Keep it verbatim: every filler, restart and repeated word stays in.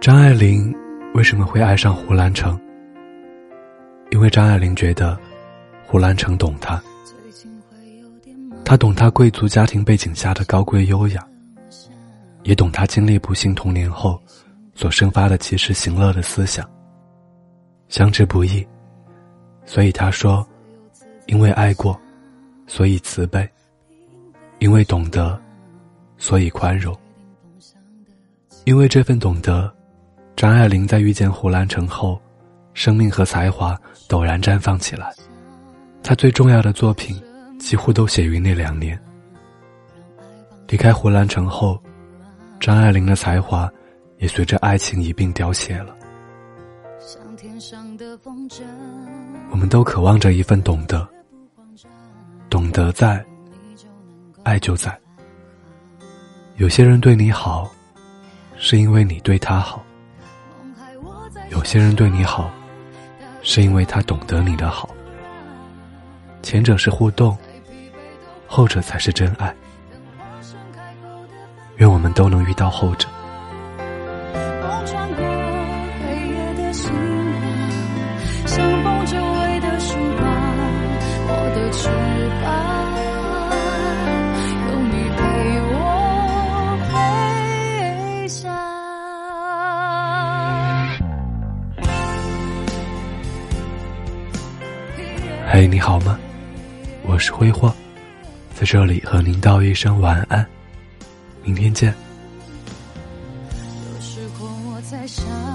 张爱玲为什么会爱上胡兰成？因为张爱玲觉得胡兰成懂她，她懂她贵族家庭背景下的高贵优雅，也懂她经历不幸童年后所生发的及时行乐的思想。相知不易，所以她说，因为爱过，所以慈悲，因为懂得，所以宽容。因为这份懂得，张爱玲在遇见胡兰成后，生命和才华陡然绽放起来。她最重要的作品几乎都写于那两年。离开胡兰成后，张爱玲的才华也随着爱情一并凋谢了。我们都渴望着一份懂得，懂得在，爱就在。有些人对你好，是因为你对他好；有些人对你好，是因为他懂得你的好。前者是互动，后者才是真爱。愿我们都能遇到后者。 风穿过黑夜的星光，像风久违的曙光，我的翅膀有你陪我飞翔。 嘿，你好吗？我是挥霍，在这里和您道一声晚安，明天见。 有时候我在想